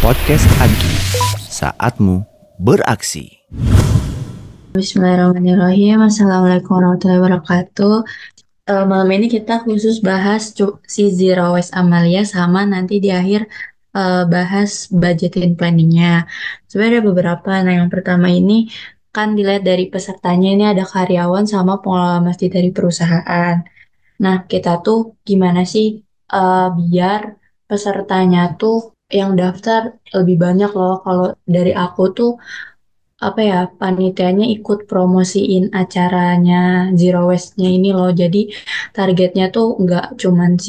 Podcast Agi, saatmu beraksi. Bismillahirrahmanirrahim. Assalamualaikum warahmatullahi wabarakatuh. Malam ini kita khusus bahas si Zero Waste Amalia sama nanti di akhir bahas budgeting planningnya. Sebenarnya ada beberapa. Nah, yang pertama ini kan dilihat dari pesertanya ini ada karyawan sama pengelola masjid dari perusahaan. Nah, kita tuh gimana sih biar pesertanya tuh yang daftar lebih banyak loh. Kalau dari aku tuh apa ya, panitianya ikut promosiin acaranya Zero Waste-nya ini loh. Jadi targetnya tuh nggak cuman si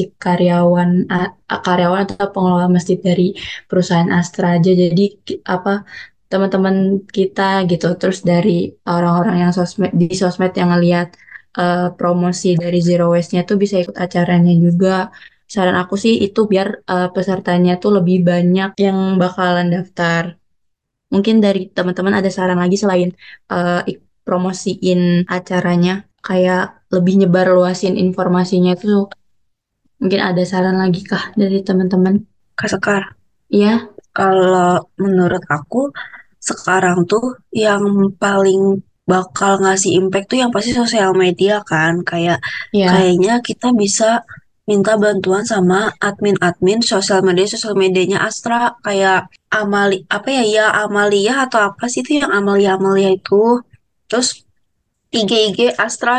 karyawan atau pengelola masjid dari perusahaan Astra aja. Jadi apa, teman-teman kita gitu. Terus dari orang-orang yang di sosmed yang ngelihat promosi dari Zero Waste-nya tuh bisa ikut acaranya juga. Saran aku sih itu biar pesertanya tuh lebih banyak yang bakalan daftar. Mungkin dari teman-teman ada saran lagi selain promosiin acaranya, kayak lebih nyebar luasin informasinya itu. Mungkin ada saran lagi kah dari teman-teman? Kak Sekar, Iya, kalau menurut aku sekarang tuh yang paling bakal ngasih impact tuh yang pasti sosial media kan. iya. Kayaknya kita bisa minta bantuan sama admin-admin sosial medianya Astra kayak Amalia atau apa sih itu yang Amalia itu. Terus IG Astra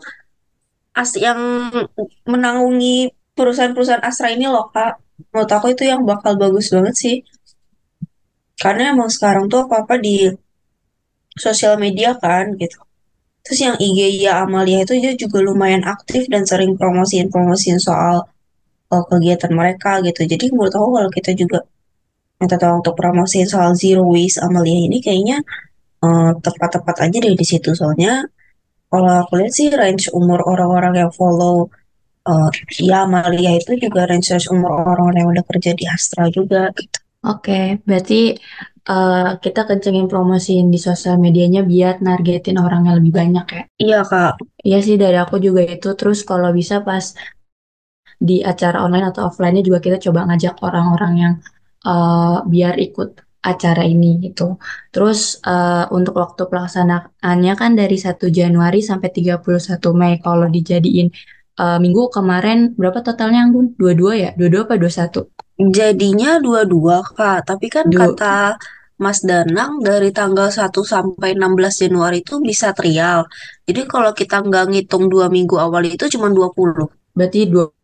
yang menanggungi perusahaan-perusahaan Astra ini loh Kak. Menurut aku itu yang bakal bagus banget sih. Karena emang sekarang tuh apa-apa di sosial media kan gitu. Terus yang IG ya Amalia itu dia juga lumayan aktif dan sering promosiin soal kegiatan mereka gitu. Jadi menurut aku kalau kita juga minta tolong untuk promosiin soal Zero Waste Amalia ini kayaknya tepat-tepat aja deh di situ. Soalnya kalau aku lihat sih range umur orang-orang yang follow eh ya Amalia itu juga range umur orang-orang yang udah kerja di Astra juga gitu. Oke, berarti kita kencengin promosiin di sosial medianya biar nargetin orangnya lebih banyak ya. Iya Kak. Iya sih, dari aku juga itu. Terus kalau bisa pas di acara online atau offline-nya juga kita coba ngajak orang-orang yang biar ikut acara ini gitu. Terus untuk waktu pelaksanaannya kan dari 1 Januari sampai 31 Mei. Kalau dijadiin minggu kemarin berapa totalnya, Anggun? Dua-dua ya? Dua-dua apa 21? Jadinya dua-dua, Kak. Tapi kan Dua. kata Mas Danang dari tanggal 1 sampai 16 Januari itu bisa trial. Jadi kalau kita nggak ngitung 2 minggu awal itu cuma 20. Berarti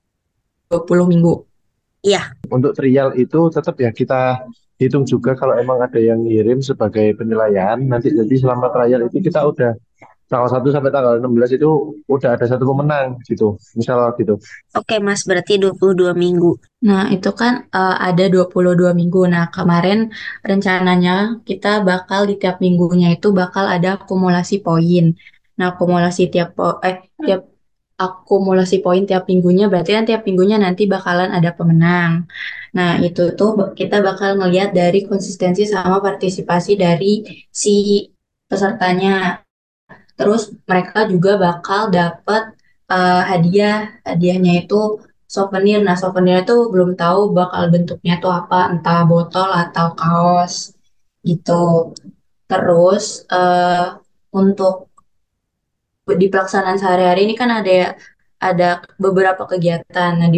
20 minggu. Iya, Untuk trial itu tetap ya kita hitung juga kalau emang ada yang ngirim sebagai penilaian. Nanti selama trial itu kita udah tanggal 1 sampai tanggal 16 itu udah ada satu pemenang gitu. Misal gitu. oke Mas, berarti 22 minggu. Nah, itu kan ada 22 minggu. Nah, kemarin rencananya kita bakal di tiap minggunya itu bakal ada akumulasi poin. Nah, tiap akumulasi poin tiap minggunya berarti kan tiap minggunya nanti bakalan ada pemenang. Nah, itu tuh kita bakal ngelihat dari konsistensi sama partisipasi dari si pesertanya. Terus mereka juga bakal dapat hadiah. Hadiahnya itu souvenir. Nah, souvenir itu belum tahu bakal bentuknya tuh apa, entah botol atau kaos gitu. Terus untuk di pelaksanaan sehari-hari ini kan ada beberapa kegiatan. Nah,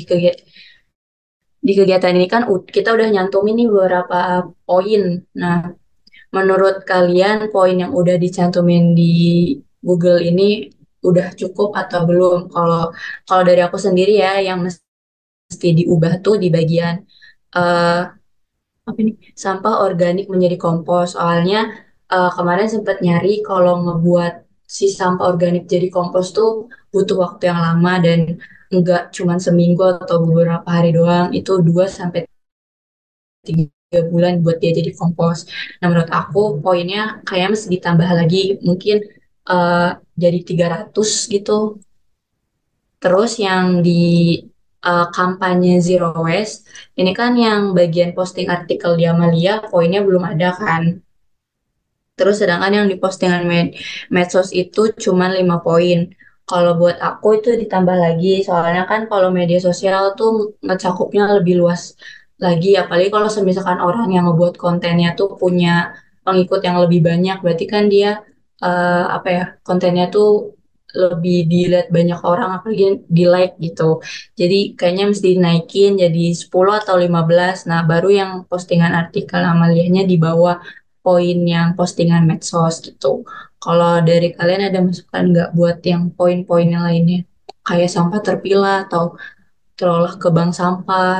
di kegiatan ini kan kita udah nyantumin nih beberapa poin. Nah, menurut kalian poin yang udah dicantumin di Google ini udah cukup atau belum? Kalau kalau dari aku sendiri ya, yang mesti diubah tuh di bagian eh apa ini, sampah organik menjadi kompos. Soalnya kemarin sempat nyari kalau ngebuat si sampah organik jadi kompos tuh butuh waktu yang lama dan nggak cuma seminggu atau beberapa hari doang. Itu 2 sampai 3 bulan buat dia jadi kompos. Nah, menurut aku poinnya kayaknya mesti ditambah lagi, mungkin eh, jadi 300 gitu. Terus yang di kampanye Zero Waste, ini kan yang bagian posting artikel di Amalia, poinnya belum ada kan. Terus sedangkan yang di postingan medsos itu cuma 5 poin. Kalau buat aku itu ditambah lagi, soalnya kan kalau media sosial tuh ngecakupnya lebih luas lagi, apalagi kalau misalkan orang yang ngebuat kontennya tuh punya pengikut yang lebih banyak, berarti kan dia apa ya, kontennya tuh lebih dilihat banyak orang, apalagi di like gitu. Jadi kayaknya mesti dinaikin jadi 10 atau 15. Nah, baru yang postingan artikel Amalianya di bawah poin yang postingan medsos gitu. Kalau dari kalian ada masukan nggak buat yang poin-poin yang lainnya? Kayak sampah terpilah atau terolah ke bank sampah.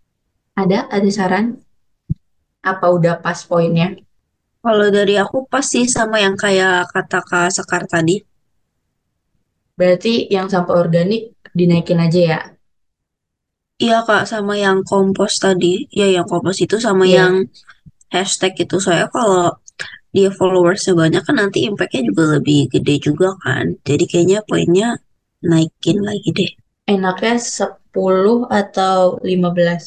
Ada saran? Apa udah pas poinnya? Kalau dari aku pasti sama yang kayak kata Kak Sekar tadi. Berarti yang sampah organik dinaikin aja ya? Iya Kak, sama yang kompos tadi. Ya yang kompos itu sama yang Iya. hashtag itu. Soalnya kalau dia followersnya banyak kan nanti impactnya juga lebih gede juga kan. Jadi kayaknya poinnya naikin lagi deh. Enaknya 10 atau 15?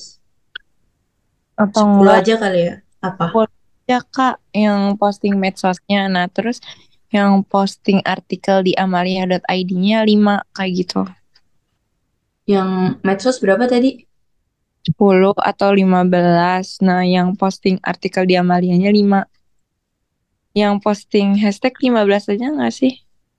Atau 10 enggak, aja kali ya? Apa? follow aja Kak yang posting medsosnya. Nah, terus yang posting artikel di amalia.id-nya 5 kayak gitu. Yang medsos berapa tadi? 10 atau 15. Nah, yang posting artikel di Amalianya 5. Yang posting hashtag 15 aja nggak sih?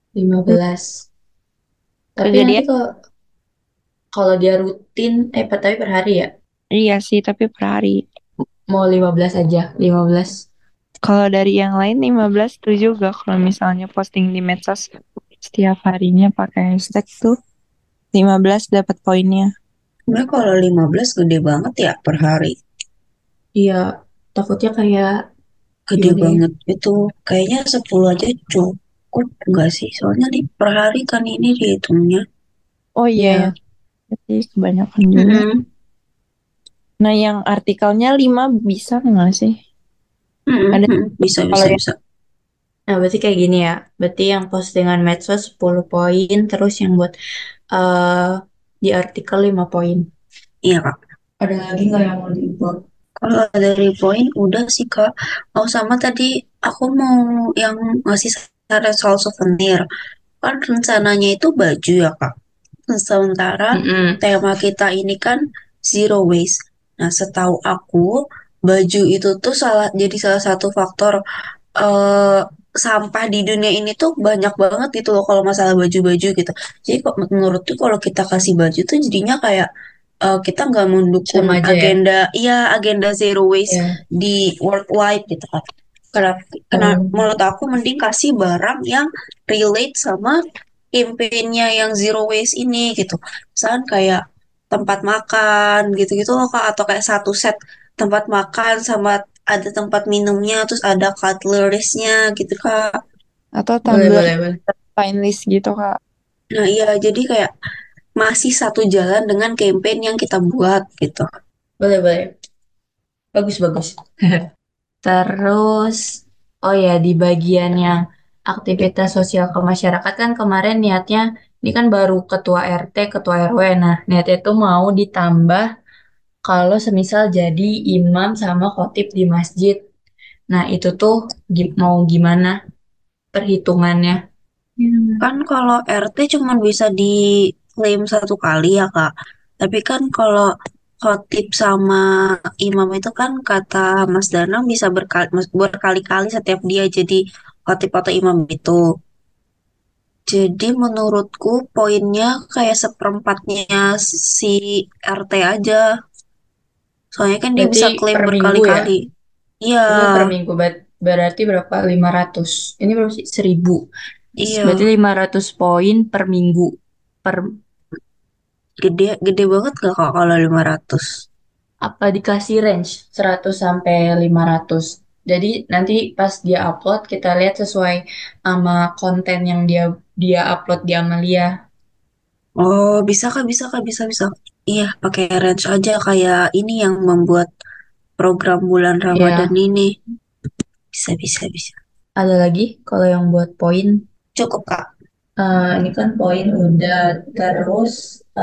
15. Tapi nanti Kejadian kalau dia rutin, tapi per hari ya? iya sih, tapi per hari. Mau 15 aja, 15. Kalau dari yang lain 15 setuju gak kalau misalnya posting di medsos setiap harinya pakai hashtag tuh 15 dapat poinnya. Sebenarnya kalau 15 gede banget ya per hari. Iya, takutnya kayak Gede gimana ya? banget. Itu kayaknya 10 aja cukup enggak sih? Soalnya di per hari kan ini dihitungnya. Oh iya ya, Iya. sih kebanyakan juga. Mm-mm. Nah, yang artikelnya 5 bisa nggak sih? Mm-mm, Ada mm-mm. Bisa, kalau bisa, yang bisa. Nah, berarti kayak gini ya. Berarti yang postingan medsos 10 poin, terus yang buat eh di artikel 5 poin. Iya, Kak. Ada lagi nggak yang mau dibuat? Kalau dari poin udah sih, Kak. Oh, sama tadi aku mau yang ngasih saran soal souvenir. Kan rencananya itu baju ya, Kak. Sementara Mm-mm. tema kita ini kan zero waste. Nah, setahu aku, baju itu tuh salah satu faktor eh sampah di dunia ini tuh banyak banget gitu loh kalau masalah baju-baju gitu. Jadi kok menurutku kalau kita kasih baju tuh jadinya kayak kita nggak mendukung Sama aja ya. agenda, iya agenda zero waste Ya. di worldwide gitu kan. Karena, karena Oh, menurut aku mending kasih barang yang relate sama campaign-nya yang zero waste ini gitu. Misalkan kayak tempat makan gitu-gitu loh Kak, atau kayak satu set tempat makan sama ada tempat minumnya, terus ada cutleries-nya gitu Kak. atau boleh, tumbler boleh, boleh. fine list gitu Kak. Nah iya, jadi kayak masih satu jalan dengan campaign yang kita buat gitu. Boleh, boleh. Bagus, bagus. Terus, oh ya, di bagian yang aktivitas sosial kemasyarakat kan kemarin niatnya, ini kan baru ketua RT, ketua RW. Nah, niatnya itu mau ditambah kalau semisal jadi imam sama khotib di masjid. Nah, itu tuh mau gimana perhitungannya? Kan kalau RT cuma bisa diklaim satu kali ya Kak. Tapi kan kalau khotib sama imam itu kan kata Mas Danang bisa berkali-kali setiap dia jadi khotib atau imam itu. Jadi menurutku poinnya kayak seperempatnya si RT aja. Soalnya kan dia Berarti bisa klaim per minggu ya? berkali-kali. Iya, Berarti per minggu, berarti berapa? 500. Ini berapa sih? 1000. Berarti iya. 500 poin per minggu. Per Gede, gede banget gak Kak kalau 500? apa dikasih range 100 sampai 500. Jadi nanti pas dia upload kita lihat sesuai sama konten yang dia dia upload di Amalia. Oh, bisa Kak, bisa Kak, bisa, bisa. Iya, pakai range aja kayak ini yang membuat program bulan Ramadan Ya, ini. Bisa, bisa, bisa. ada lagi kalau yang buat poin. Cukup Kak. Ini kan poin udah terus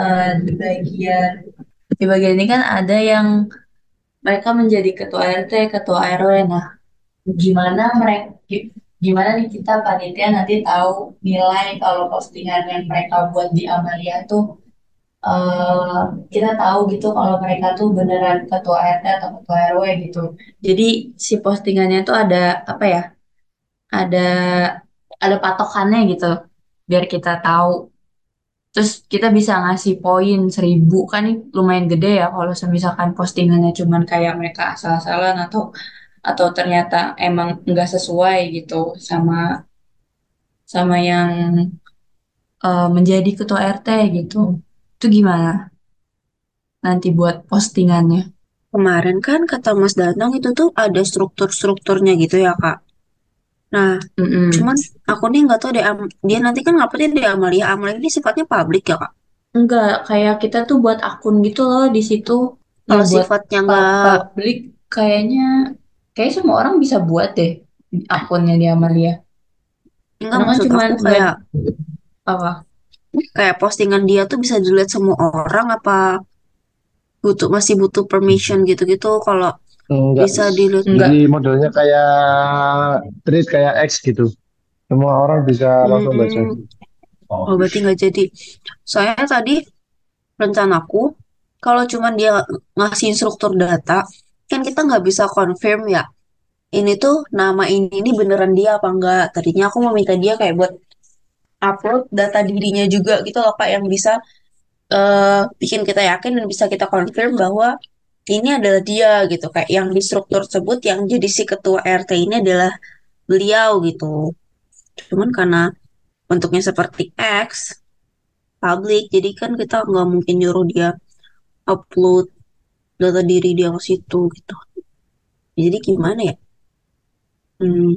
di bagian ini kan ada yang mereka menjadi ketua RT, ketua RW. Nah, gimana mereka gimana nih kita panitia nanti tahu nilai kalau postingan yang mereka buat di Amalia tuh eh, kita tahu gitu kalau mereka tuh beneran ketua RT atau ketua RW gitu. Jadi si postingannya tuh ada apa ya? Ada patokannya gitu, biar kita tahu. Terus kita bisa ngasih poin 1.000 kan, ini lumayan gede ya kalau misalkan postingannya cuman kayak mereka asal-asalan atau ternyata emang nggak sesuai gitu sama yang menjadi ketua RT gitu. Itu gimana nanti buat postingannya? Kemarin kan kata Mas Danang itu tuh ada struktur-strukturnya gitu ya Kak. Nah, Mm-mm. cuman aku nih nggak tahu deh, dia nanti kan nguploadnya di Amalia. Amalia ini sifatnya publik ya Kak. Enggak, kayak kita tuh buat akun gitu loh di situ. Ya Kalau buat sifatnya nggak, publik kayaknya kayak semua orang bisa buat deh akunnya di Amalia. nggak Karena kan maksud cuman aku nggak kayak apa. kayak postingan dia tuh bisa dilihat semua orang apa masih butuh permission gitu-gitu kalau Enggak. bisa dilihat. Jadi Enggak. modelnya kayak tweet kayak X gitu. Semua orang bisa langsung baca. Hmm, oh berarti nggak jadi. Soalnya tadi rencanaku kalau cuman dia ngasih instruktur data kan kita nggak bisa confirm ya ini tuh nama ini beneran dia apa enggak. Tadinya aku mau minta dia kayak buat upload data dirinya juga gitu loh Kak yang bisa bikin kita yakin dan bisa kita confirm bahwa ini adalah dia gitu. Kayak yang di struktur tersebut yang jadi si ketua RT ini adalah beliau gitu. Cuman karena bentuknya seperti X, publik, jadi kan kita nggak mungkin nyuruh dia upload data diri dia ke situ gitu. Jadi gimana ya? Hmm,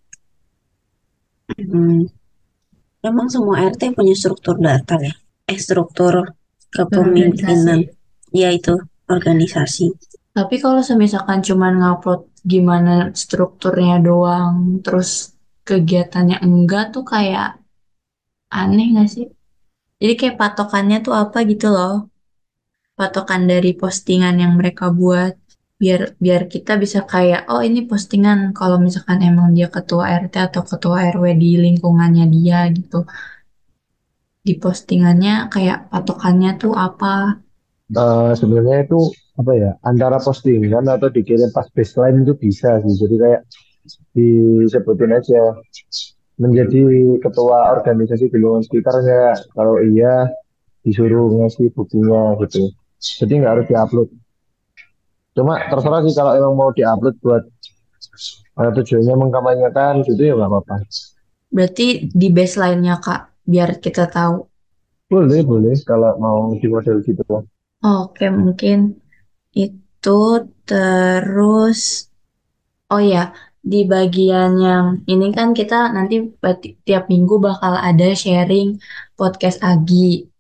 hmm, emang semua RT punya struktur data ya? Struktur Berorganisasi. kepemimpinan. Ya itu, organisasi. Tapi kalau semisalkan cuman ngupload gimana strukturnya doang, terus kegiatannya enggak tuh kayak aneh nggak sih? Jadi kayak patokannya tuh apa gitu loh. Patokan dari postingan yang mereka buat. Biar biar kita bisa kayak, oh ini postingan kalau misalkan emang dia ketua RT atau ketua RW di lingkungannya dia gitu. Di postingannya kayak patokannya tuh apa. Sebenarnya itu apa ya, antara postingan atau dikirim pas baseline itu bisa sih. Jadi kayak disebutin aja menjadi ketua organisasi di lingkungan sekitar nggak? Kalau iya disuruh ngasih buktinya gitu. Jadi nggak harus diupload. Cuma terserah sih kalau emang mau diupload buat tujuannya mengkampanyekan gitu ya nggak apa-apa. Berarti di baseline-nya Kak, biar kita tahu. Boleh boleh kalau mau di model gitu. Oke, mungkin itu terus, oh ya, di bagian yang ini kan kita nanti tiap minggu bakal ada sharing podcast Agi.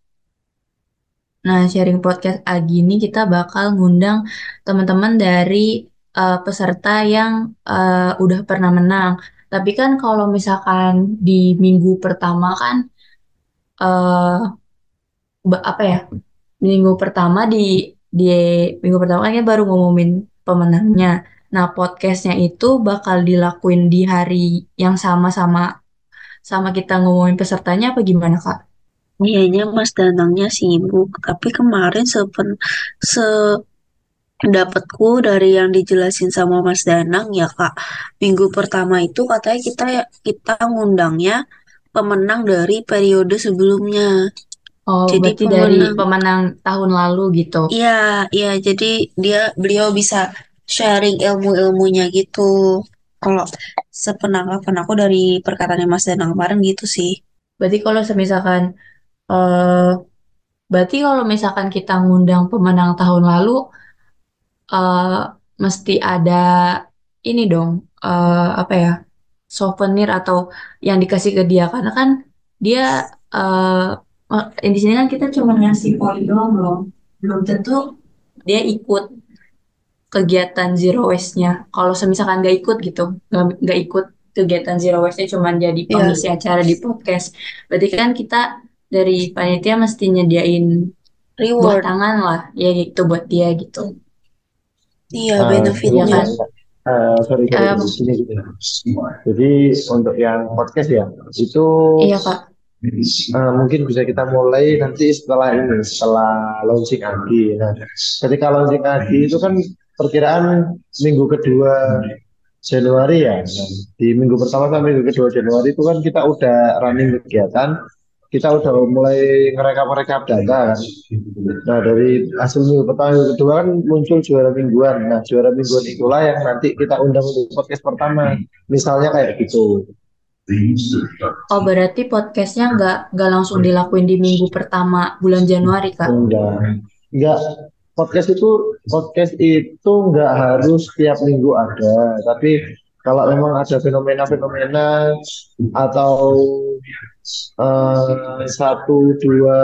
Nah, sharing podcast Agi ini kita bakal ngundang teman-teman dari peserta yang udah pernah menang. Tapi kan kalau misalkan di minggu pertama kan eh, apa ya? Minggu pertama di minggu pertama kan kita baru ngumumin pemenangnya. Nah, podcastnya itu bakal dilakuin di hari yang sama sama kita ngumumin pesertanya apa gimana, Kak? Kayaknya Mas Danangnya sibuk, tapi kemarin sedapatku dari yang dijelasin sama Mas Danang ya Kak, minggu pertama itu katanya kita ngundangnya pemenang dari periode sebelumnya. Oh, Jadi berarti dari pemenang, pemenang tahun lalu gitu. iya, iya, jadi beliau bisa sharing ilmu-ilmunya gitu. Kalau sepenangkapan aku dari perkataannya Mas Danang kemarin gitu sih. Berarti kalau semisalkan eh berarti kalau misalkan kita ngundang pemenang tahun lalu eh mesti ada ini dong, apa ya, souvenir atau yang dikasih ke dia karena kan dia di sini kan kita cuma ngasih poin doang loh, belum tentu dia ikut kegiatan zero waste-nya. Kalau semisalkan nggak ikut gitu, nggak ikut kegiatan zero waste-nya cuma jadi Iya, pengisi acara di podcast. Berarti kan kita dari panitia mesti nyediain buah reward. tangan lah, ya gitu buat dia gitu. Iya, Iya benefitnya. kan? Sorry sorry sorry Em, gini, gini. Jadi untuk yang podcast ya itu iya Kak. Mungkin bisa kita mulai nanti setelah launching Agi. Nah, ketika launching Agi itu kan perkiraan minggu kedua Januari ya. Nah, di minggu pertama sampai minggu kedua Januari itu kan kita udah running kegiatan, kita udah mulai ngerekap-rekap data kan. Nah, dari hasil minggu pertama minggu kedua kan muncul juara mingguan. Nah, juara mingguan itulah yang nanti kita undang untuk podcast pertama. Misalnya kayak gitu. Oh, berarti podcastnya nggak langsung dilakuin di minggu pertama bulan Januari, Kak? Enggak. Podcast itu enggak harus tiap minggu ada, tapi kalau memang ada fenomena-fenomena atau satu dua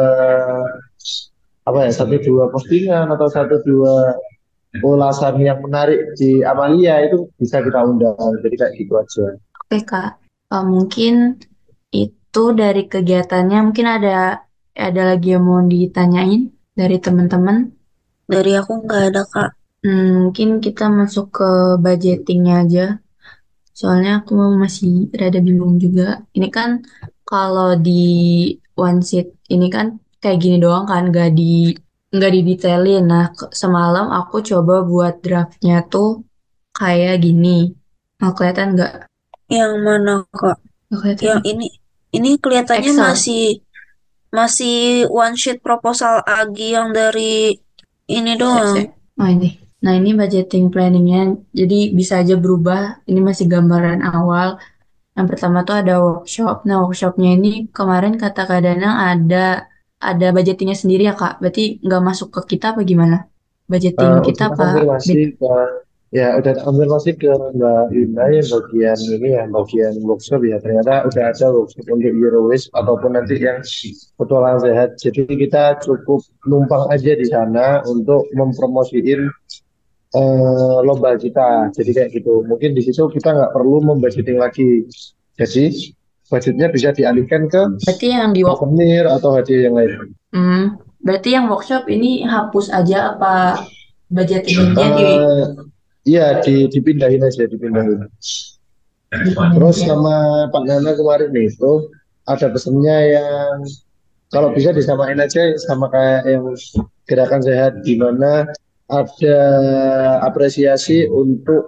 satu dua postingan atau satu dua ulasan yang menarik di Amalia itu bisa kita undang. Jadi kayak gitu aja. Oke, Kak. Mungkin itu dari kegiatannya. Mungkin ada lagi yang mau ditanyain dari teman-teman. Dari aku nggak ada, Kak. Mungkin kita masuk ke budgetingnya aja. Soalnya aku masih rada bingung juga. Ini kan kalau di one sheet ini kan kayak gini doang kan, nggak didetailin. Nah, semalam aku coba buat draftnya tuh kayak gini. Mau kelihatan nggak? Yang mana, Kak? Nggak kelihatan. Yang ini kelihatannya Excel. masih one sheet proposal Agi yang dari ini doang. Oh ini. Nah, ini budgeting planningnya. Jadi bisa aja berubah. Ini masih gambaran awal. Yang pertama tuh ada workshop. Nah, workshopnya ini kemarin kata Kak Danang ada budgetingnya sendiri ya, Kak. Berarti nggak masuk ke kita apa gimana? Budgeting kita Udah apa? konfirmasi udah konfirmasi ke Mbak Yunda yang bagian ini ya, bagian workshop ya. Ternyata udah ada workshop untuk Zero Waste ataupun nanti yang petualangan sehat. Jadi kita cukup numpang aja di sana untuk mempromosiin lomba kita. Jadi kayak gitu. Mungkin di situ kita nggak perlu membudgeting lagi. Jadi budgetnya bisa dialihkan ke Berarti yang di souvenir atau hadiah yang lain. berarti yang workshop ini hapus aja apa budgetingnya Iya, dipindahin aja, dipindahin. Terus sama Pak Nana kemarin itu ada pesennya yang kalau bisa disamain aja sama kayak yang gerakan sehat, di mana ada apresiasi untuk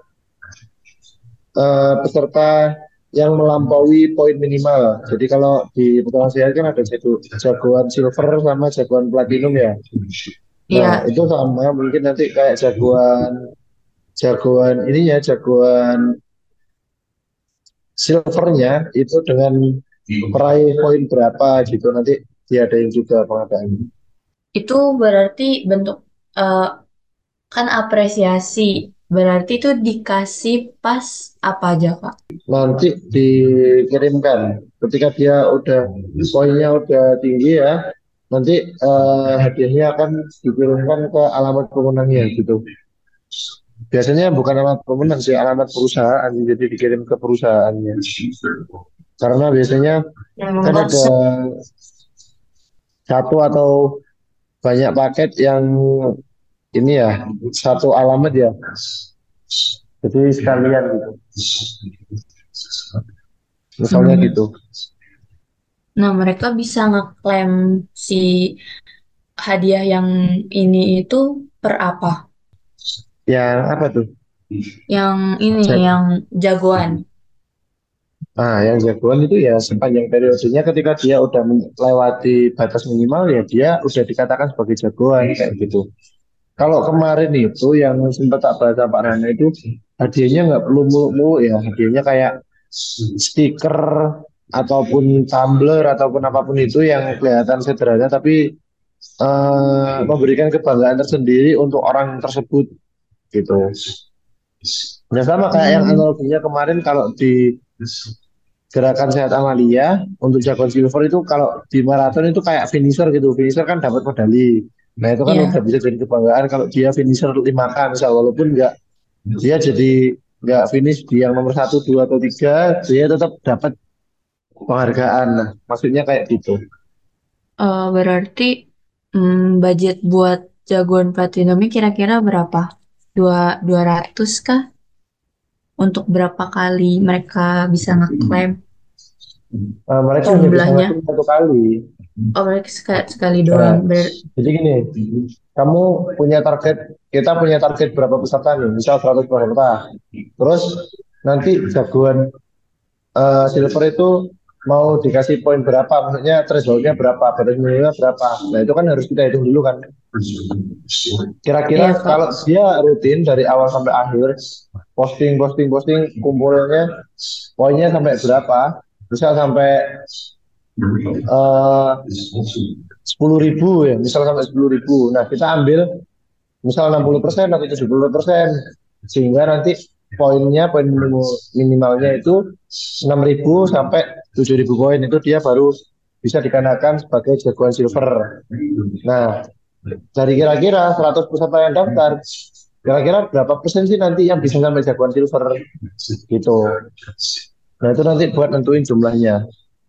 peserta yang melampaui poin minimal. Jadi kalau di petualangan sehat kan ada jagoan silver sama jagoan platinum ya. Nah, itu sama mungkin nanti kayak jagoan silvernya itu dengan meraih poin berapa gitu nanti diadain juga pengadaannya. Itu berarti bentuk kan apresiasi. Berarti itu dikasih pas apa aja, Kak? Nanti dikirimkan ketika dia udah poinnya udah tinggi ya, nanti hadiahnya akan dikirimkan ke alamat pemenangnya gitu. Biasanya bukan alamat pemenang sih, alamat perusahaan, jadi dikirim ke perusahaannya. Karena biasanya kan ada satu atau banyak paket yang ini ya, satu alamat ya. Jadi sekalian gitu. Misalnya gitu. Nah, mereka bisa ngeklaim si hadiah yang ini itu per apa? Yang apa tuh? Yang ini, yang jagoan. Yang jagoan itu ya sepanjang periodenya ketika dia udah melewati batas minimal ya dia udah dikatakan sebagai jagoan kayak gitu. Kalau kemarin itu yang sempat tak baca Pak Nana itu hadiahnya nggak perlu muluk-muluk ya, hadiahnya kayak stiker ataupun tumbler ataupun apapun itu yang kelihatan sederhana tapi memberikan kebanggaan tersendiri untuk orang tersebut gitu. Ya sama kayak yang analoginya kemarin kalau di gerakan sehat Amalia untuk jagoan silver itu kalau di maraton itu kayak finisher gitu. Finisher kan dapat medali. Nah itu kan udah bisa jadi kebanggaan kalau dia finisher 5K misal walaupun dia jadi nggak finish di yang nomor 1, 2 atau 3 dia tetap dapat penghargaan. Nah maksudnya kayak gitu. Berarti budget buat jagoan platinum ini kira-kira berapa? 200 kah? Untuk berapa kali mereka bisa ngeklaim? Mereka hanya bisa jumlahnya. ngasih satu kali. Oh, mereka sekali Nah, doang. jadi gini, kamu punya target, kita punya target berapa peserta nih? Misal 100 peserta. Terus nanti jagoan silver itu mau dikasih poin berapa? Maksudnya thresholdnya berapa? Batas minimalnya berapa? Nah itu kan harus kita hitung dulu kan. Iya, Kira-kira Kak. kalau dia rutin dari awal sampai akhir, posting, posting, posting, kumpulnya poinnya sampai berapa? Misal sampai 10.000 ya, misal sampai 10.000. Nah kita ambil misal 60% atau 70%, sehingga nanti poin minimalnya itu 6.000 sampai 7.000 poin, itu dia baru bisa dikenakan sebagai jagoan silver. Nah, dari kira-kira 100 peserta yang daftar, kira-kira berapa persen sih nanti yang bisa sampai jagoan silver gitu. Nah, itu nanti buat nentuin jumlahnya.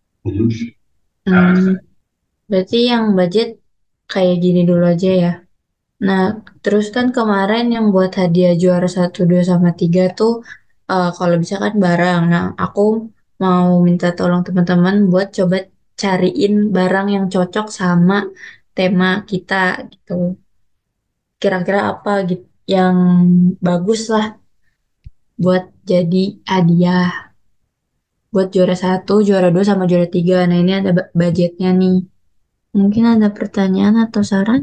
Hmm, berarti yang budget kayak gini dulu aja ya. Nah, terus kan kemarin yang buat hadiah juara 1, 2, sama 3 tuh kalau bisa kan barang. Nah, aku mau minta tolong teman-teman buat coba cariin barang yang cocok sama tema kita gitu. Kira-kira apa gitu yang bagus lah buat jadi hadiah buat juara 1, juara 2, sama juara 3. Nah, ini ada budgetnya nih. Mungkin ada pertanyaan atau saran?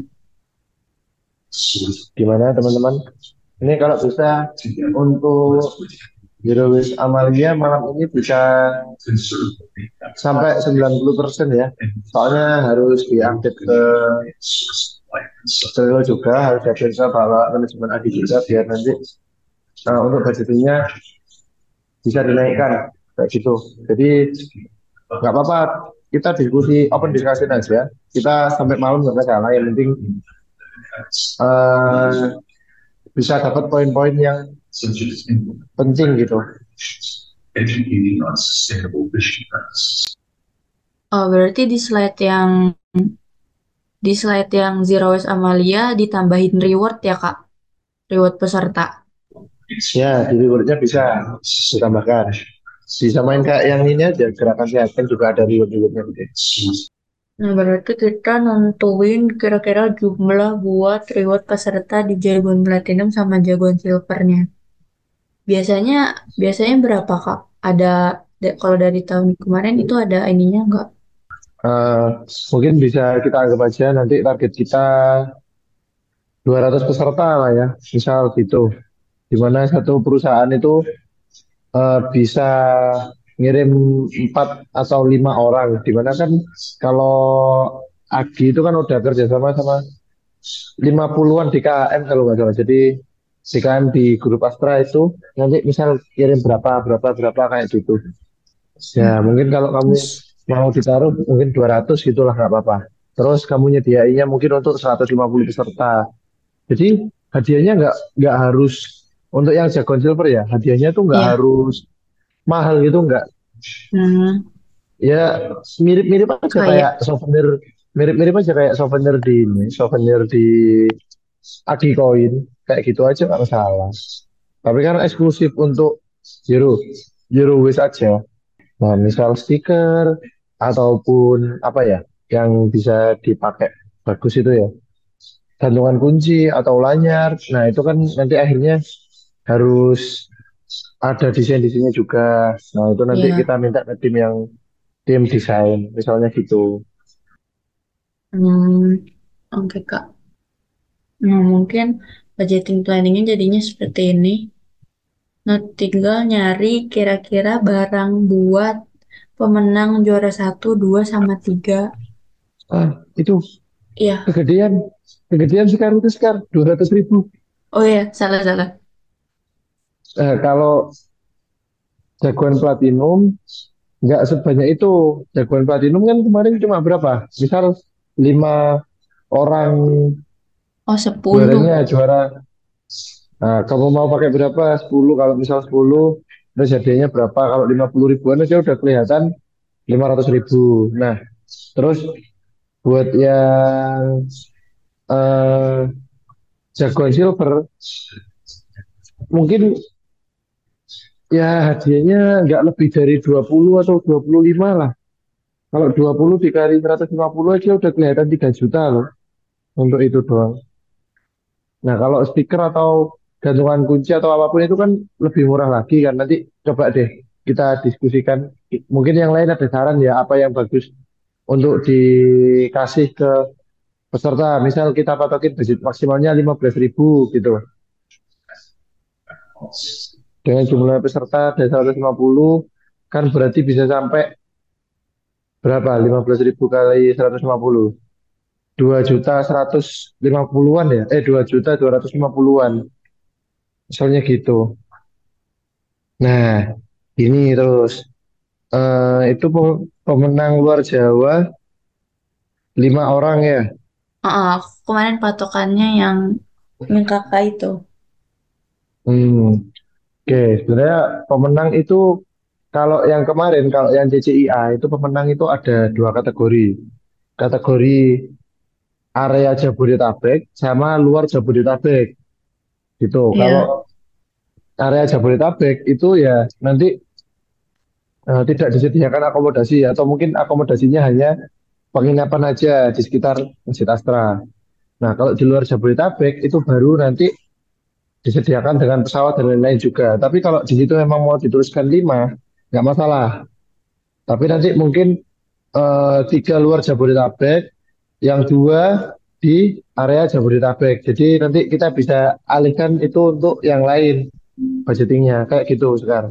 Gimana teman-teman? Ini kalau bisa untuk Zero Waste Amalia malam ini bisa sampai 90% ya. Soalnya harus diupdate ke Trello juga, harus diupdate ke bawa manajemen Adi juga biar nanti untuk budgetingnya bisa dinaikkan kayak gitu. Jadi nggak apa-apa, kita diskusi open discussion aja. Kita sampai malam nggak masalah. Yang penting eh, bisa dapat poin-poin yang penting gitu. Oh, berarti di slide yang Zero Waste Amalia ditambahin reward ya, Kak? Reward peserta. Ya, di rewardnya bisa ditambahkan. Bisa main kayak yang ini aja, gerakan sehat kan juga ada reward-rewardnya gitu. Nah, berarti kita nentuin kira-kira jumlah buat reward peserta di jagoan platinum sama jagoan silvernya. Biasanya biasanya berapa, Kak? Ada kalau dari tahun kemarin itu ada ininya nggak? Eh, Mungkin bisa kita anggap aja nanti target kita 200 peserta lah ya, misal gitu. Di mana satu perusahaan itu bisa ngirim 4 atau 5 orang. Di mana kan kalau Agi itu kan udah kerja sama sama 50-an DKM kalau nggak salah. Jadi DKM di grup Astra itu nanti misal kirim berapa kayak gitu. Ya mungkin kalau kamu Terus, mau ditaruh mungkin 200 gitulah nggak apa-apa. Terus kamu nyediainya mungkin untuk 150 peserta. Jadi hadiahnya nggak harus untuk yang jagoan silver ya. Hadiahnya tuh nggak iya. harus mahal gitu, nggak. Hmm, Ya mirip-mirip aja kayak kayak souvenir, mirip-mirip aja kayak souvenir di ini, souvenir di Agikoin kayak gitu aja nggak masalah. Tapi kan eksklusif untuk Zero Zero Waste aja. Nah, misal stiker ataupun apa ya yang bisa dipakai bagus itu ya, gantungan kunci atau lanyar. Nah, itu kan nanti akhirnya harus ada desain-desainnya juga. Nah, itu nanti ya. kita minta ke tim desain, misalnya gitu. Hmm, oke, Kak. Nah, mungkin budgeting planningnya jadinya seperti ini. Nah, tinggal nyari kira-kira barang buat pemenang juara 1, 2, sama 3. Itu Iya. kegedean, kegedean sekarang itu sekarang 200.000. Oh ya, salah-salah. Kalau jagoan platinum nggak sebanyak itu. Jagoan platinum kan kemarin cuma berapa? Misal 5 orang Oh, 10. juaranya juara. Nah, kamu mau pakai berapa? 10. Kalau misal 10, terus hadiahnya berapa? Kalau 50 ribuan aja udah kelihatan 500 ribu. Nah, terus buat yang eh, jagoan silver, mungkin Ya hadiahnya nggak lebih dari 20 atau 25 lah. Kalau 20 dikali 150 aja udah kelihatan 3 juta loh untuk itu doang. Nah, kalau stiker atau gantungan kunci atau apapun itu kan lebih murah lagi kan. Nanti coba deh kita diskusikan. Mungkin yang lain ada saran ya apa yang bagus untuk dikasih ke peserta. Misal kita patokin budget maksimalnya 15.000 gitu. Dengan jumlah peserta ada 150 kan berarti bisa sampai berapa? 15.000 kali 150. 2.150.000-an ya? 2.250.000-an. Misalnya gitu. Nah, ini terus itu pemenang luar Jawa 5 orang ya. Aku kemarin patokannya yang kakak itu. Hmm, oke. Sebenarnya pemenang itu kalau yang kemarin, kalau yang CCIA itu pemenang itu ada 2 kategori. Kategori area Jabodetabek sama luar Jabodetabek gitu. Kalau Ya. area Jabodetabek itu ya nanti tidak disediakan akomodasi atau mungkin akomodasinya hanya penginapan aja di sekitar Masjid Astra. Nah, kalau di luar Jabodetabek itu baru nanti disediakan dengan pesawat dan lain-lain juga. Tapi kalau di situ memang mau dituliskan 5, nggak masalah. Tapi nanti mungkin 3 luar Jabodetabek, yang 2 di area Jabodetabek. Jadi nanti kita bisa alihkan itu untuk yang lain budgetingnya kayak gitu sekarang.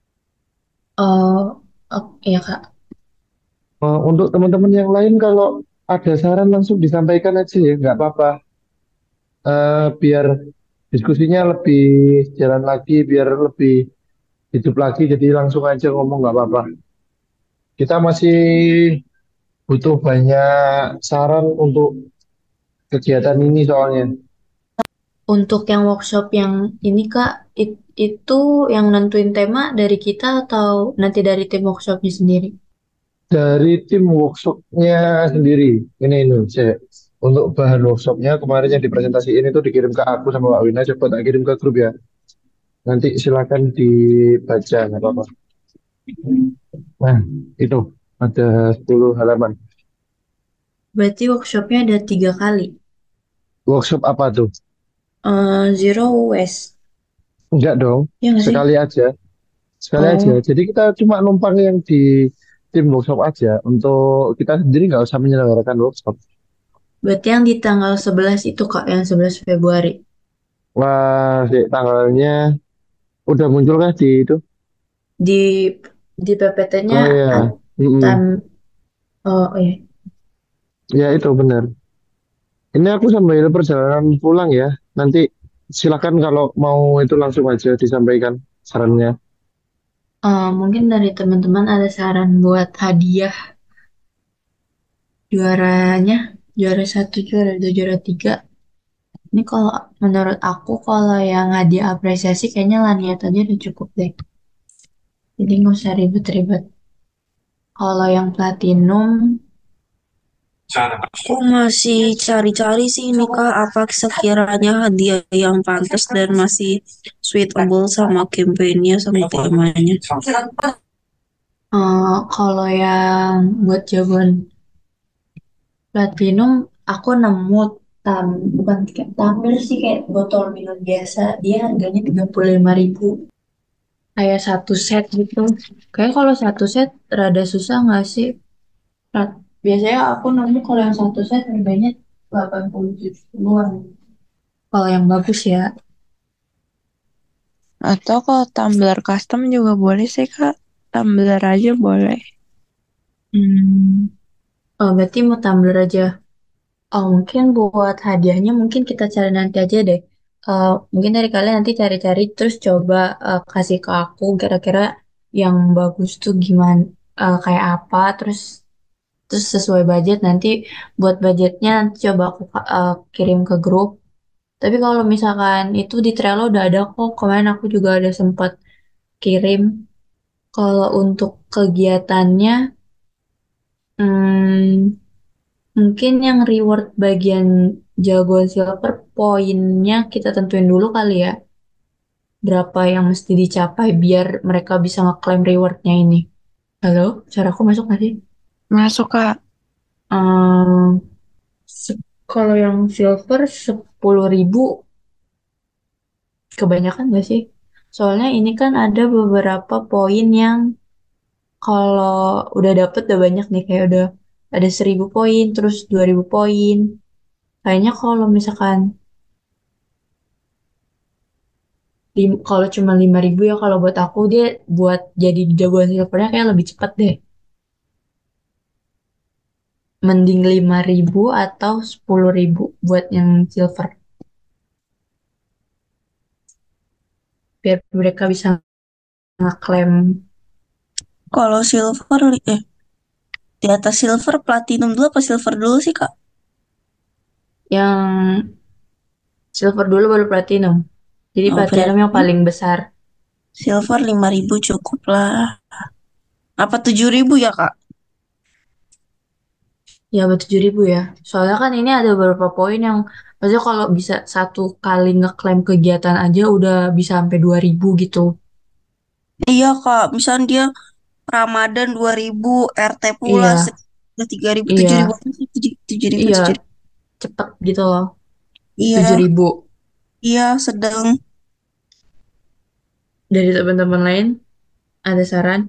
Oh, ya Kak. Untuk teman-teman yang lain kalau ada saran langsung disampaikan aja ya, nggak apa-apa. Biar diskusinya lebih jalan lagi, biar lebih hidup lagi. Jadi langsung aja ngomong nggak apa-apa. Kita masih butuh banyak saran untuk kegiatan ini soalnya. Untuk yang workshop yang ini Kak, itu yang nentuin tema dari kita atau nanti dari tim workshopnya sendiri? Dari tim workshopnya sendiri, ini saya untuk bahan workshopnya kemarin yang dipresentasiin itu dikirim ke aku sama Mbak Wina, coba tak kirim ke grup ya. Nanti silakan dibaca, nggak apa-apa. Nah, itu ada 10 halaman. Berarti workshopnya ada 3 kali. Workshop apa tuh? Zero waste. Enggak dong, Ya nggak sih? sekali aja. Sekali aja. Oh, Jadi kita cuma numpang yang di tim workshop aja. Untuk kita sendiri nggak usah menyelenggarakan workshop. berarti yang di tanggal 11 itu Kak, yang 11 Februari. Wah, si tanggalnya udah muncul kah di itu? Di di PPT-nya Oh ya, tam, mm-mm. oh iya. Ya itu benar. Ini aku sambil perjalanan pulang ya. Nanti silakan kalau mau itu langsung aja disampaikan sarannya. Mungkin dari teman-teman ada saran buat hadiah juaranya, juara satu, juara dua, juara tiga. Ini kalau menurut aku kalau yang hadiah apresiasi kayaknya Laniat aja udah cukup deh. Jadi nggak usah ribet-ribet. Kalau yang platinum, Aku masih cari-cari sih ini Kak, apa sekiranya hadiah yang pantas dan masih suitable sama campaign-nya sama temanya. kalau yang buat jagoan platinum, aku nemu bukan kayak tumbler sih, kayak botol minum biasa. Dia harganya 35.000. Kayak satu set gitu. Kayak kalau satu set rada susah nggak sih? Biasanya aku nemu kalau yang satu set harganya 87-an. Kalau yang bagus ya. Atau kalau tumbler custom juga boleh sih, Kak. Tumbler aja boleh. Hmm. Oh, berarti mau tumbler aja. Oh, mungkin buat hadiahnya mungkin kita cari nanti aja deh. Mungkin dari kalian nanti cari-cari terus coba kasih ke aku kira-kira yang bagus tuh gimana, kayak apa, terus terus sesuai budget nanti buat budgetnya nanti coba aku kirim ke grup. Tapi kalau misalkan itu di Trello udah ada kok. Kemarin aku juga ada sempat kirim. Kalau untuk kegiatannya, hmm, mungkin yang reward bagian jagoan silver poinnya kita tentuin dulu kali ya. berapa yang mesti dicapai biar mereka bisa ngeklaim rewardnya ini. Halo, suaraku masuk nggak sih? Masuk Kak. Ehm, Kalau yang silver 10.000 kebanyakan nggak sih? Soalnya ini kan ada beberapa poin yang kalau udah dapet udah banyak nih, kayak udah ada 1.000 poin, terus 2.000 poin. Kayaknya kalau misalkan kalau cuma 5.000 ya, kalau buat aku dia buat jadi jagoan silvernya kayak lebih cepat deh. Mending 5.000 atau 10.000 buat yang silver. Biar mereka bisa ngeklaim Kalau silver, di atas silver, platinum dulu apa silver dulu sih, Kak? yang silver dulu baru platinum. Jadi Oh, platinum yang berarti paling besar. silver 5.000 cukup lah. Apa 7.000 ya, Kak? Ya, 7.000 ya. Soalnya kan ini ada beberapa poin yang, maksudnya kalau bisa satu kali ngeklaim kegiatan aja udah bisa sampai 2.000 gitu. Iya, Kak. Misalnya dia Ramadan 2.000, RT pula Iya, 3.000, 7.000, iya, 7.000, iya, 7.000. cepet gitu loh. tujuh Iya, ribu iya, sedang. Dari teman-teman lain ada saran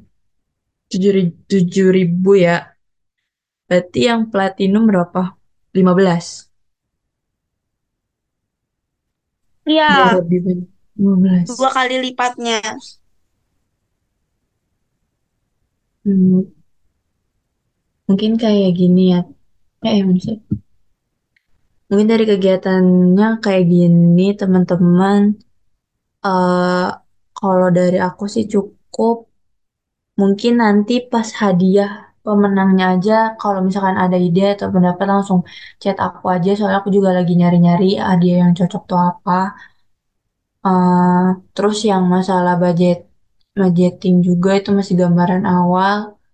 7.000 ya. Berarti yang platinum berapa? 15. Udah Iya, lebih banyak. 15. 2 kali lipatnya. Hmm, mungkin kayak gini ya. Maksudnya, mungkin dari kegiatannya kayak gini, teman-teman. eh Kalau dari aku sih cukup. Mungkin nanti pas hadiah pemenangnya aja, kalau misalkan ada ide atau pendapat langsung chat aku aja. Soalnya aku juga lagi nyari-nyari hadiah yang cocok tuh apa. eh Terus yang masalah budgeting juga itu masih gambaran awal.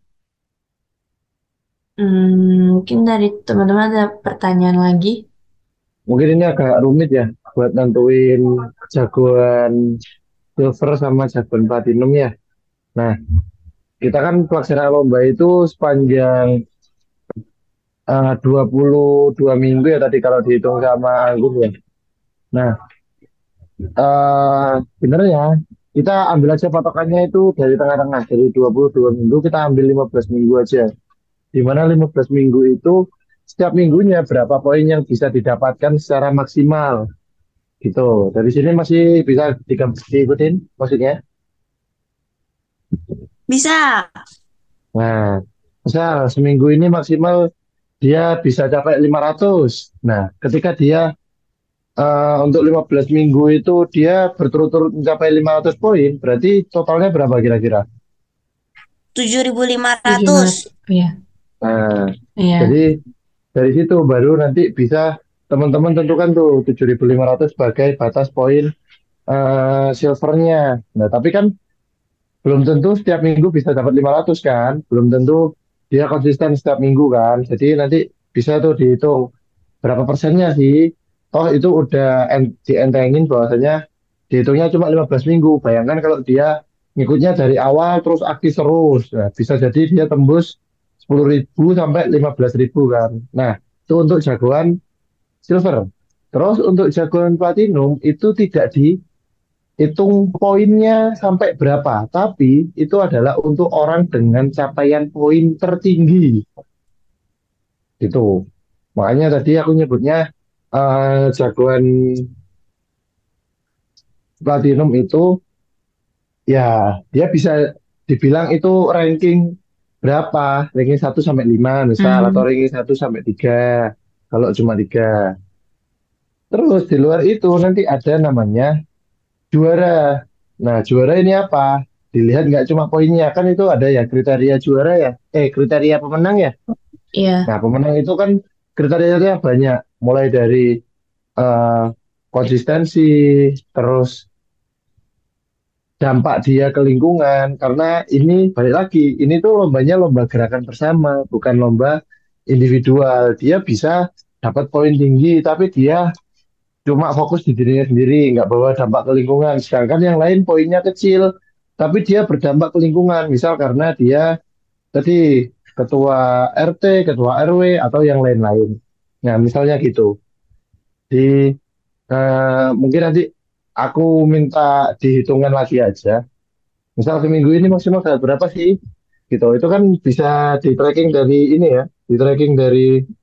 Mungkin dari teman-teman ada pertanyaan lagi? Mungkin ini agak rumit ya buat nentuin jagoan silver sama jagoan platinum ya. Nah, kita kan pelaksanaan lomba itu sepanjang 22 minggu ya tadi kalau dihitung sama Anggun ya. Nah, sebenarnya kita ambil aja patokannya itu dari tengah-tengah, dari 22 minggu kita ambil 15 minggu aja. Di mana 15 minggu itu setiap minggunya berapa poin yang bisa didapatkan secara maksimal gitu. Dari sini masih bisa diikutin maksudnya. Bisa. Nah, misal seminggu ini maksimal dia bisa capai 500. Nah, ketika dia untuk 15 minggu itu dia berturut-turut mencapai 500 poin, berarti totalnya berapa kira-kira? 7.500. 700. Ya, Nah, iya. jadi dari situ baru nanti bisa teman-teman tentukan tuh 7.500 sebagai batas poin silvernya. Nah, tapi kan belum tentu setiap minggu bisa dapat 500 kan? Belum tentu dia konsisten setiap minggu kan? Jadi nanti bisa tuh dihitung berapa persennya sih. Oh itu udah dientengin bahwasanya dihitungnya cuma 15 minggu. Bayangkan kalau dia ngikutnya dari awal terus aktif terus. Nah, bisa jadi dia tembus 10.000 sampai 15.000 kan. Nah, itu untuk jagoan silver. Terus untuk jagoan platinum itu tidak dihitung poinnya sampai berapa, tapi itu adalah untuk orang dengan capaian poin tertinggi gitu. Makanya tadi aku nyebutnya jagoan platinum itu ya dia bisa dibilang itu ranking berapa? Ranking 1 sampai 5 misal atau Hmm, ranking 1 sampai 3 kalau cuma 3. Terus di luar itu nanti ada namanya juara. Nah, juara ini apa? Dilihat nggak cuma poinnya, kan itu ada ya kriteria juara ya. Kriteria pemenang ya. iya. Nah, pemenang itu kan kriterianya banyak. Mulai dari eh, konsistensi, terus dampak dia ke lingkungan. Karena ini balik lagi, ini tuh lombanya lomba gerakan bersama, bukan lomba individual. Dia bisa dapat poin tinggi, tapi dia cuma fokus di dirinya sendiri, nggak bawa dampak ke lingkungan. Sedangkan yang lain poinnya kecil, tapi dia berdampak ke lingkungan. Misal karena dia tadi ketua RT, ketua RW, atau yang lain-lain. Nah, misalnya gitu. Di mungkin nanti aku minta dihitungkan lagi aja. Misal seminggu ini maksimal dapat berapa sih? Gitu. Itu kan bisa di tracking dari ini ya, di tracking dari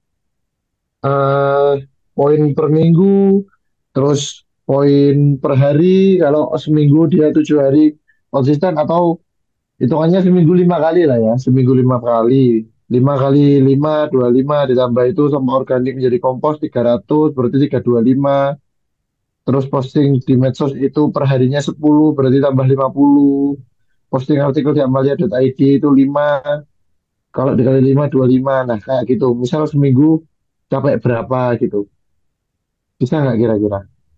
eh, poin per minggu, terus poin per hari. Kalau seminggu dia 7 hari konsisten, atau hitungannya seminggu 5 kali lah ya, seminggu 5 kali. 5 kali 5, 25 ditambah itu sama organik menjadi kompos 300, berarti 325. Terus posting di medsos itu per harinya 10, berarti tambah 50. Posting artikel di amalia.id itu 5. Kalau dikali 5, 25. Nah, kayak gitu. Misal seminggu capek berapa gitu. Bisa nggak kira-kira?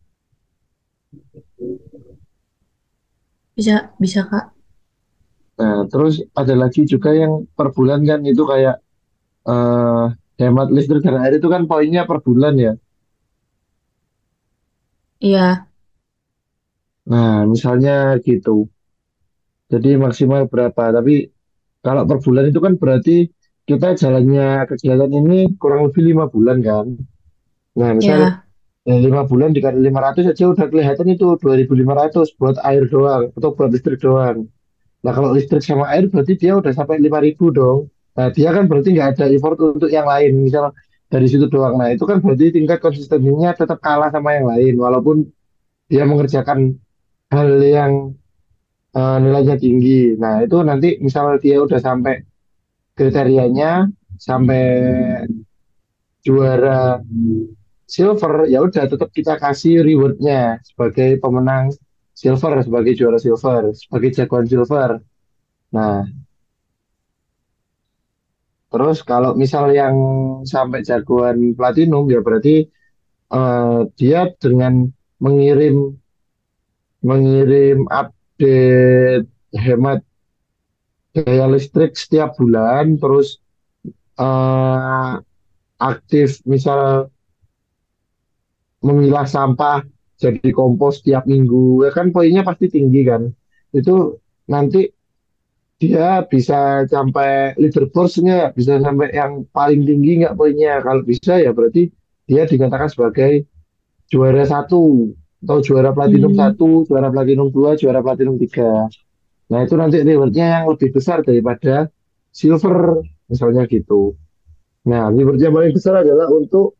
Bisa, bisa Kak. Nah, terus ada lagi juga yang per bulan kan itu kayak eh hemat listrik dan air itu kan poinnya per bulan ya. Iya, Nah, misalnya gitu. Jadi maksimal berapa? Tapi kalau per bulan itu kan berarti kita jalannya kegiatan ini kurang lebih 5 bulan kan. Nah, misal ya. 5 bulan dikali 500 aja udah kelihatan itu 2.500 buat air doang atau buat listrik doang. Nah, kalau listrik sama air berarti dia udah sampai 5.000 dong. Nah, dia kan berarti nggak ada effort untuk yang lain. Misal dari situ doang. Nah, itu kan berarti tingkat konsistensinya tetap kalah sama yang lain. Walaupun dia mengerjakan hal yang nilainya tinggi. Nah, itu nanti misal dia udah sampai kriterianya, sampai juara silver, ya udah tetap kita kasih rewardnya sebagai pemenang silver, sebagai juara silver, sebagai jagoan silver. Nah, terus kalau misal yang sampai jagoan platinum ya berarti dia dengan mengirim mengirim update hemat daya listrik setiap bulan, terus eh, aktif misal memilah sampah jadi kompos tiap minggu, ya kan poinnya pasti tinggi kan. Itu nanti dia bisa sampai leaderboardnya, bisa sampai yang paling tinggi nggak poinnya. Kalau bisa ya berarti dia dikatakan sebagai juara satu atau juara platinum Hmm, satu, juara platinum dua, juara platinum tiga. Nah itu nanti rewardnya yang lebih besar daripada silver misalnya gitu. Nah reward yang paling besar adalah untuk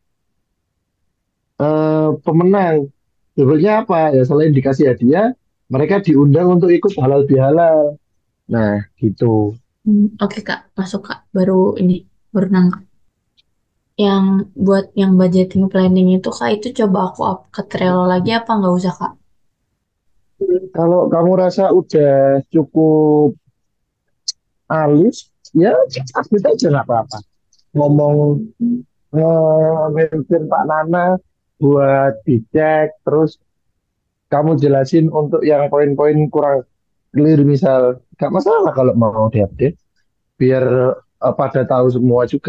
pemenang. Rewardnya apa? Ya selain dikasih hadiah, mereka diundang untuk ikut halal bihalal. Nah gitu. oke Kak, masuk Kak. Baru nangkep. Yang buat yang budgeting planning itu Kak, itu coba aku up ke Trello lagi apa nggak usah Kak? Kalau kamu rasa udah cukup halus, ya update aja nggak apa-apa. Ngomong mention Pak Nana buat dicek, terus kamu jelasin untuk yang poin-poin kurang clear misal, gak masalah kalau mau diupdate, biar pada tahu semua juga.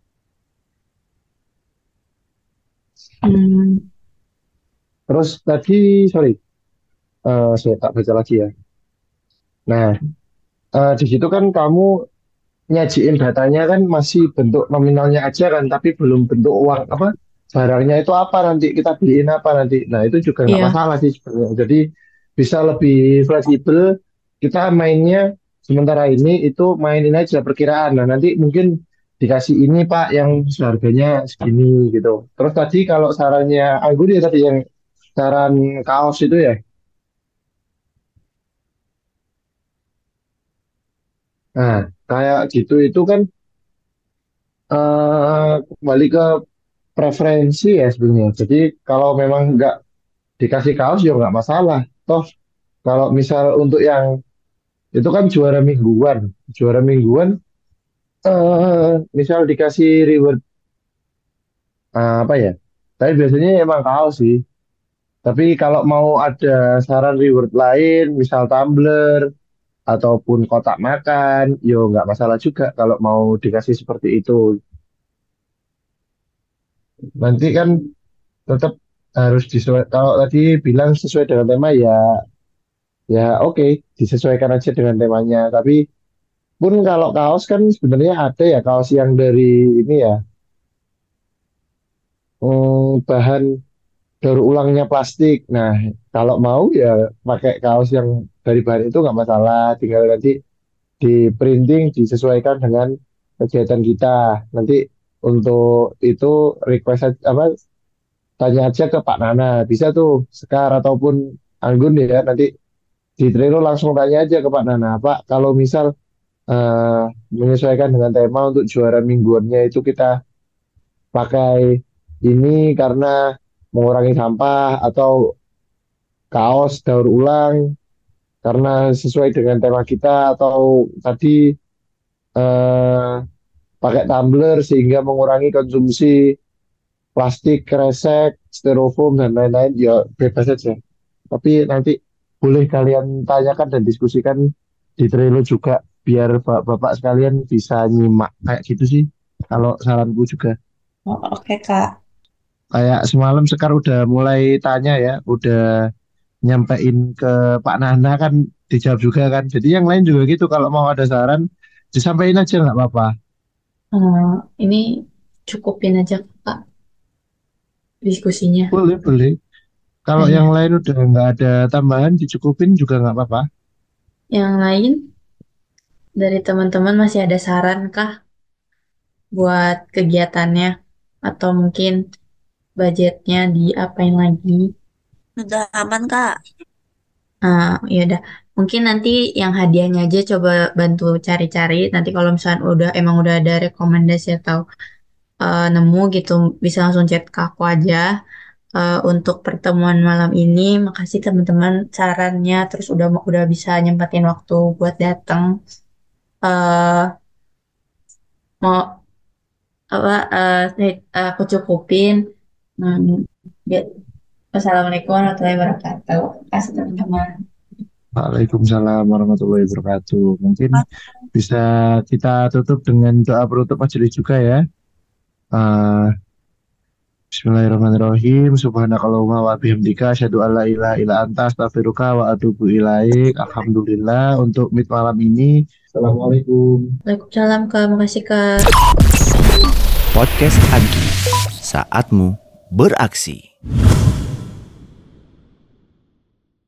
Hmm, Terus tadi, sorry, saya tak baca lagi ya. Nah, di situ kan kamu nyajiin datanya kan masih bentuk nominalnya aja kan, tapi belum bentuk uang apa barangnya itu apa nanti kita beliin apa nanti. Nah itu juga nggak iya. masalah sih sebenarnya. Jadi bisa lebih fleksibel. Kita mainnya sementara ini itu mainin aja perkiraan. Nah nanti mungkin dikasih ini Pak yang harganya segini gitu. Terus tadi kalau sarannya Anggun ya tadi yang saran kaos itu ya. Nah kayak gitu itu kan kembali ke preferensi ya sebenarnya. Jadi kalau memang nggak dikasih kaos ya nggak masalah. Toh kalau misal untuk yang itu kan juara mingguan misal dikasih reward apa ya? Tapi biasanya emang kaos sih. Tapi kalau mau ada saran reward lain, misal tumbler ataupun kotak makan, yo nggak masalah juga kalau mau dikasih seperti itu. Nanti kan tetap harus disesuaikan. Kalau tadi bilang sesuai dengan tema ya oke, disesuaikan aja dengan temanya. Tapi pun kalau kaos kan sebenarnya ada ya kaos yang dari ini ya, bahan daur ulangnya plastik. Nah, kalau mau ya pakai kaos yang dari bahan itu nggak masalah. Tinggal nanti di printing disesuaikan dengan kegiatan kita. Nanti untuk itu request apa tanya aja ke Pak Nana. Bisa tuh Sekar ataupun Anggun ya nanti di Trello langsung tanya aja ke Pak Nana. Pak, kalau misal eh, menyesuaikan dengan tema untuk juara mingguannya itu kita pakai ini karena mengurangi sampah atau kaos daur ulang karena sesuai dengan tema kita atau tadi eh, pakai tumbler sehingga mengurangi konsumsi plastik, kresek, styrofoam dan lain-lain ya bebas saja. Tapi nanti boleh kalian tanyakan dan diskusikan di Trello juga biar bapak-bapak sekalian bisa nyimak kayak gitu sih. Kalau saranku juga. Oh, oke Kak. Kayak semalam Sekar udah mulai tanya ya, udah nyampein ke Pak Nana kan dijawab juga kan. Jadi yang lain juga gitu kalau mau ada saran disampaikan aja nggak apa-apa. Eh, ini cukupin aja Kak diskusinya. Boleh, boleh. Kalau Iya. yang lain udah nggak ada tambahan dicukupin juga nggak apa-apa. Yang lain dari teman-teman masih ada saran kah buat kegiatannya? Atau mungkin budgetnya diapain lagi? Udah aman Kak. Ya udah. Mungkin nanti yang hadiahnya aja coba bantu cari-cari. Nanti kalau misalnya udah ada rekomendasi atau nemu gitu, bisa langsung chat ke aku aja. Untuk pertemuan malam ini, makasih teman-teman sarannya. Terus udah bisa nyempatin waktu buat datang. eh Mau apa? Aku cukupin. Hmm, ya. Wassalamualaikum warahmatullahi wabarakatuh. Kasih teman-teman. Waalaikumsalam warahmatullahi wabarakatuh. Mungkin bisa kita tutup dengan doa penutup majelis juga ya. Ah, Bismillahirrahmanirrahim. Subhanakallahumma wa bihamdika asyhadu an la ilaha illa anta astaghfiruka wa atubu ilaik. Alhamdulillah untuk meet malam ini. Assalamualaikum. Waalaikumsalam Kak. Makasih Kak. Podcast Agi, saatmu beraksi.